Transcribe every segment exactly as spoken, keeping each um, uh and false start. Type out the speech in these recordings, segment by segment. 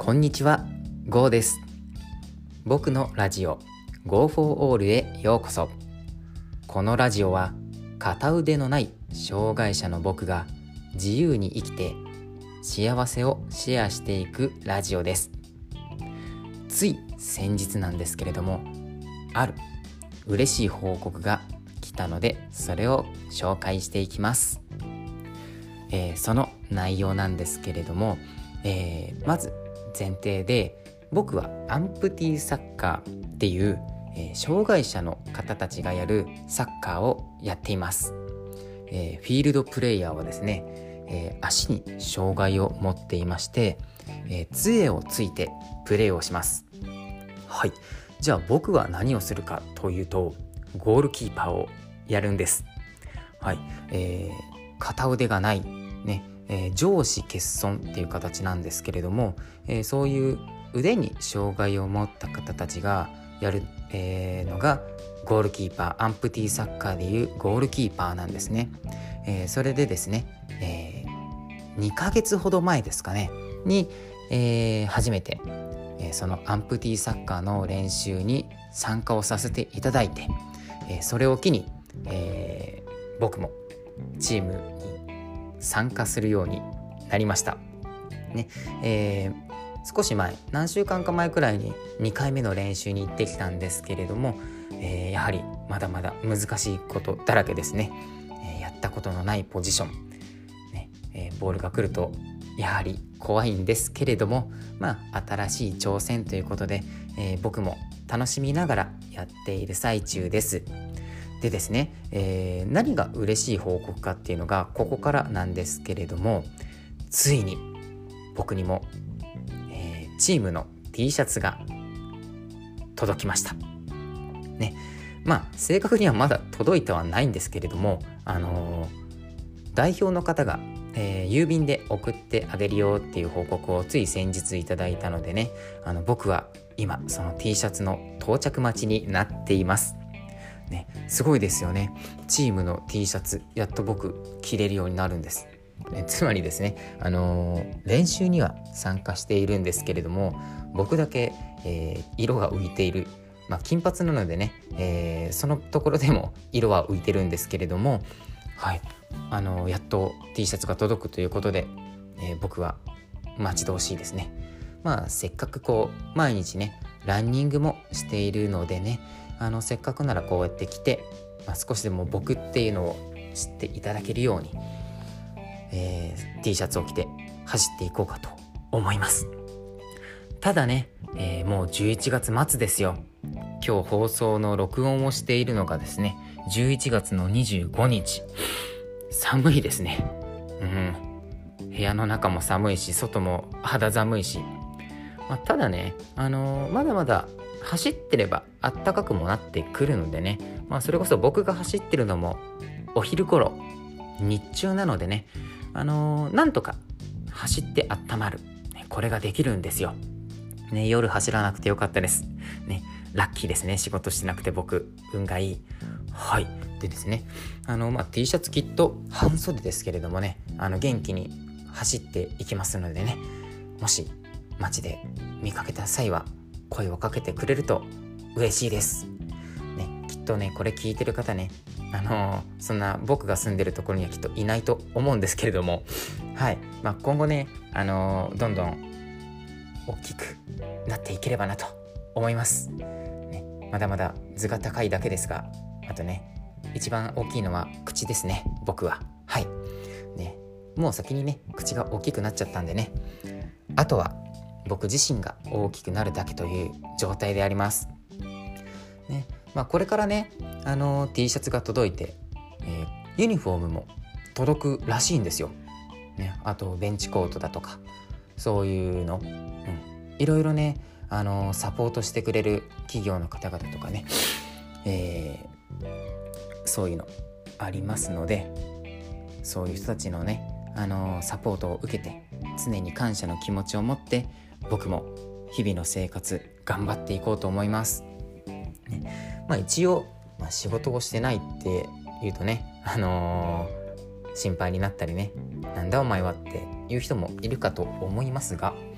こんにちは、ゴーです。僕のラジオ Go for All へようこそ。このラジオは片腕のない障害者の僕が自由に生きて幸せをシェアしていくラジオです。つい先日なんですけれども、ある嬉しい報告が来たので、それを紹介していきます。えー、その内容なんですけれども、えー、まず前提で、僕はアンプティサッカーっていう、えー、障害者の方たちがやるサッカーをやっています。えー、フィールドプレイヤーはですね、えー、足に障害を持っていまして、えー、杖をついてプレーをします。はい、じゃあ僕は何をするかというと、ゴールキーパーをやるんです。はい、えー、片腕がないね、えー、上肢欠損っていう形なんですけれども、えー、そういう腕に障害を持った方たちがやる、えー、のがゴールキーパー、アンプティサッカーでいうゴールキーパーなんですね。えー、それでですね、えー、にかげつほど前ですかねに、えー、初めて、えー、そのアンプティサッカーの練習に参加をさせていただいて、えー、それを機に、えー、僕もチームに参加するようになりました、ねえー、少し前、何週間か前くらいににかいめの練習に行ってきたんですけれども、えー、やはりまだまだ難しいことだらけですね。えー、やったことのないポジション、ねえー、ボールが来るとやはり怖いんですけれども、まあ新しい挑戦ということで、えー、僕も楽しみながらやっている最中です。でですね、えー、何が嬉しい報告かっていうのがここからなんですけれども、ついに僕にも、えー、チームの T シャツが届きましたね。まあ正確にはまだ届いてはないんですけれども、あのー、代表の方が、えー、郵便で送ってあげるよっていう報告をつい先日いただいたのでね、あの僕は今その T シャツの到着待ちになっていますね。すごいですよね。チームの T シャツやっと僕着れるようになるんです。えつまりですね、あのー、練習には参加しているんですけれども、僕だけ、えー、色が浮いている、まあ、金髪なのでね、えー、そのところでも色は浮いてるんですけれども、はい、あのー、やっと T シャツが届くということで、えー、僕は待ち遠しいですね。まあせっかくこう毎日ねランニングもしているのでね、あのせっかくならこうやって来て、まあ、少しでも僕っていうのを知っていただけるように、えー、T シャツを着て走っていこうかと思います。ただね、えー、もうじゅういちがつ末ですよ。今日放送の録音をしているのがですね、じゅういちがつのにじゅうごにち。寒いですね。うん、部屋の中も寒いし、外も肌寒いし、まあ、ただね、あのー、まだまだ走ってればあったかくもなってくるのでね、まあ、それこそ僕が走ってるのもお昼頃、日中なのでね、あのー、なんとか走って温まる、これができるんですよ、ね、夜走らなくてよかったです、ね、ラッキーですね。仕事してなくて僕運がいい。はい。でですね、あの、まあ、T シャツきっと半袖ですけれどもね、あの元気に走っていきますのでね、もし街で見かけた際は声をかけてくれると嬉しいです、ね、きっとねこれ聞いてる方ね、あのー、そんな僕が住んでるところにはきっといないと思うんですけれども、はい、まあ、今後ね、あのー、どんどん大きくなっていければなと思います、ね、まだまだ図が高いだけですが、あとね一番大きいのは口ですね、僕は。はい、ね、もう先にね口が大きくなっちゃったんでね、あとは僕自身が大きくなるだけという状態であります、ね。まあ、これからね、あのー、T シャツが届いて、えー、ユニフォームも届くらしいんですよ、ね。あとベンチコートだとかそういうの、うん、いろいろね、あのー、サポートしてくれる企業の方々とかね、えー、そういうのありますので、そういう人たちのね、あのー、サポートを受けて常に感謝の気持ちを持って僕も日々の生活頑張っていこうと思います、ね。まあ、一応、まあ、仕事をしてないって言うとね、あのー、心配になったりね、なんだお前はっていう人もいるかと思いますが、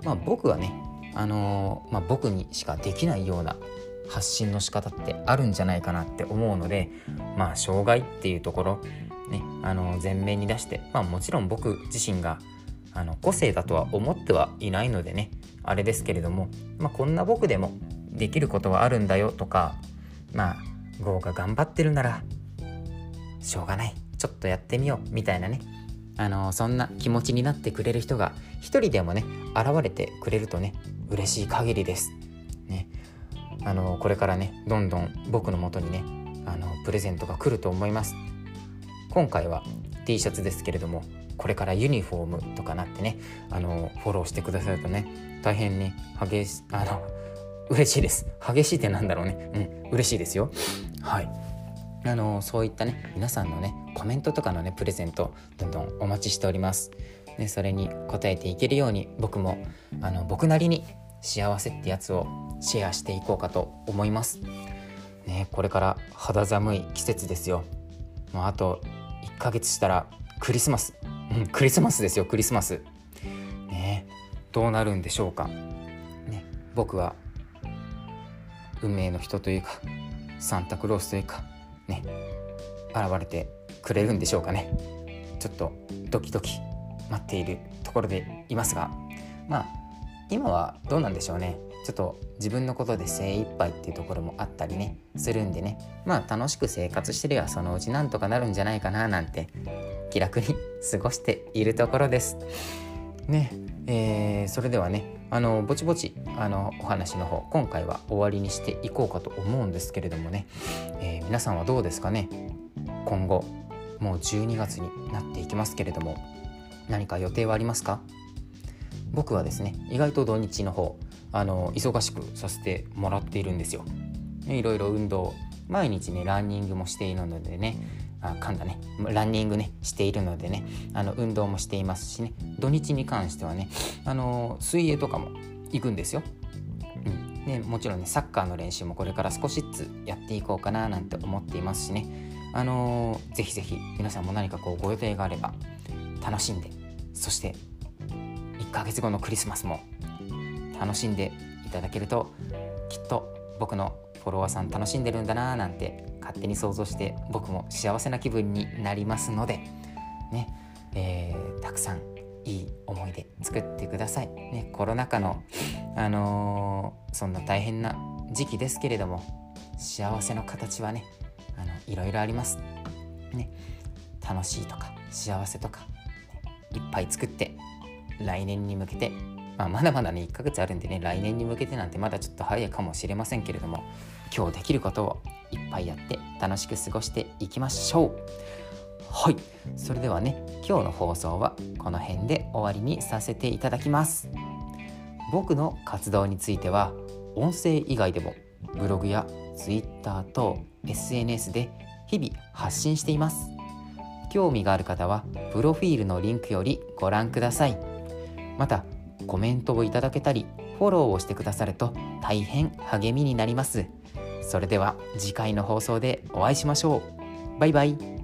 まあ僕はね、あのーまあ、僕にしかできないような発信の仕方ってあるんじゃないかなって思うので、まあ障害っていうところね、あの前面に出して、まあもちろん僕自身があの個性だとは思ってはいないのでね、あれですけれども、まあこんな僕でもできることはあるんだよとか、まあゴーが頑張ってるならしょうがない、ちょっとやってみようみたいなね、あのそんな気持ちになってくれる人が一人でもね現れてくれるとね嬉しい限りですね。あのこれからねどんどん僕の元にねあのプレゼントが来ると思います。今回は T シャツですけれども、これからユニフォームとかなってね、あのフォローしてくださるとね大変ね激しあの嬉しいです。激しいってなんだろうね、うん嬉しいですよ。はい、あのそういったね皆さんのねコメントとかのねプレゼントどんどんお待ちしております。でそれに応えていけるように僕もあの僕なりに幸せってやつをシェアしていこうかと思いますね。これから肌寒い季節ですよ。もうあといっかげつしたらクリスマス、うん、クリスマスですよ、クリスマスね。どうなるんでしょうかね。僕は運命の人というかサンタクロースというかね現れてくれるんでしょうかね。ちょっとドキドキ待っているところでいますが、まあ今はどうなんでしょうね。ちょっと自分のことで精一杯っていうところもあったりねするんでね、まあ楽しく生活してりゃそのうちなんとかなるんじゃないかななんて気楽に過ごしているところですね。えー、それではねあのぼちぼちあのお話の方今回は終わりにしていこうかと思うんですけれどもね、えー、皆さんはどうですかね。今後もうじゅうにがつになっていきますけれども何か予定はありますか？僕はですね意外と土日の方あの忙しくさせてもらっているんですよ。いろいろ運動毎日ねランニングもしているのでねあ噛んだねランニングねしているのでねあの運動もしていますしね、土日に関してはねあの水泳とかも行くんですよ、うんね、もちろんねサッカーの練習もこれから少しずつやっていこうかななんて思っていますしね、あのー、ぜひぜひ皆さんも何かこうご予定があれば楽しんで、そしていっかげつごのクリスマスも楽しんでいただけるときっと僕のフォロワーさん楽しんでるんだななんて勝手に想像して僕も幸せな気分になりますのでね、えー、たくさんいい思い出作ってくださいね。コロナ禍の、あのー、そんな大変な時期ですけれども幸せの形はねあのいろいろありますね。楽しいとか幸せとか、ね、いっぱい作って来年に向けて、まあ、まだまだねいっかげつあるんでね来年に向けてなんてまだちょっと早いかもしれませんけれども、今日できることをいっぱいやって楽しく過ごしていきましょう。はい、それではね今日の放送はこの辺で終わりにさせていただきます。僕の活動については音声以外でもブログやツイッター等 エスエヌエス で日々発信しています。興味がある方はプロフィールのリンクよりご覧ください。またコメントをいただけたりフォローをしてくださると大変励みになります。それでは次回の放送でお会いしましょう。バイバイ。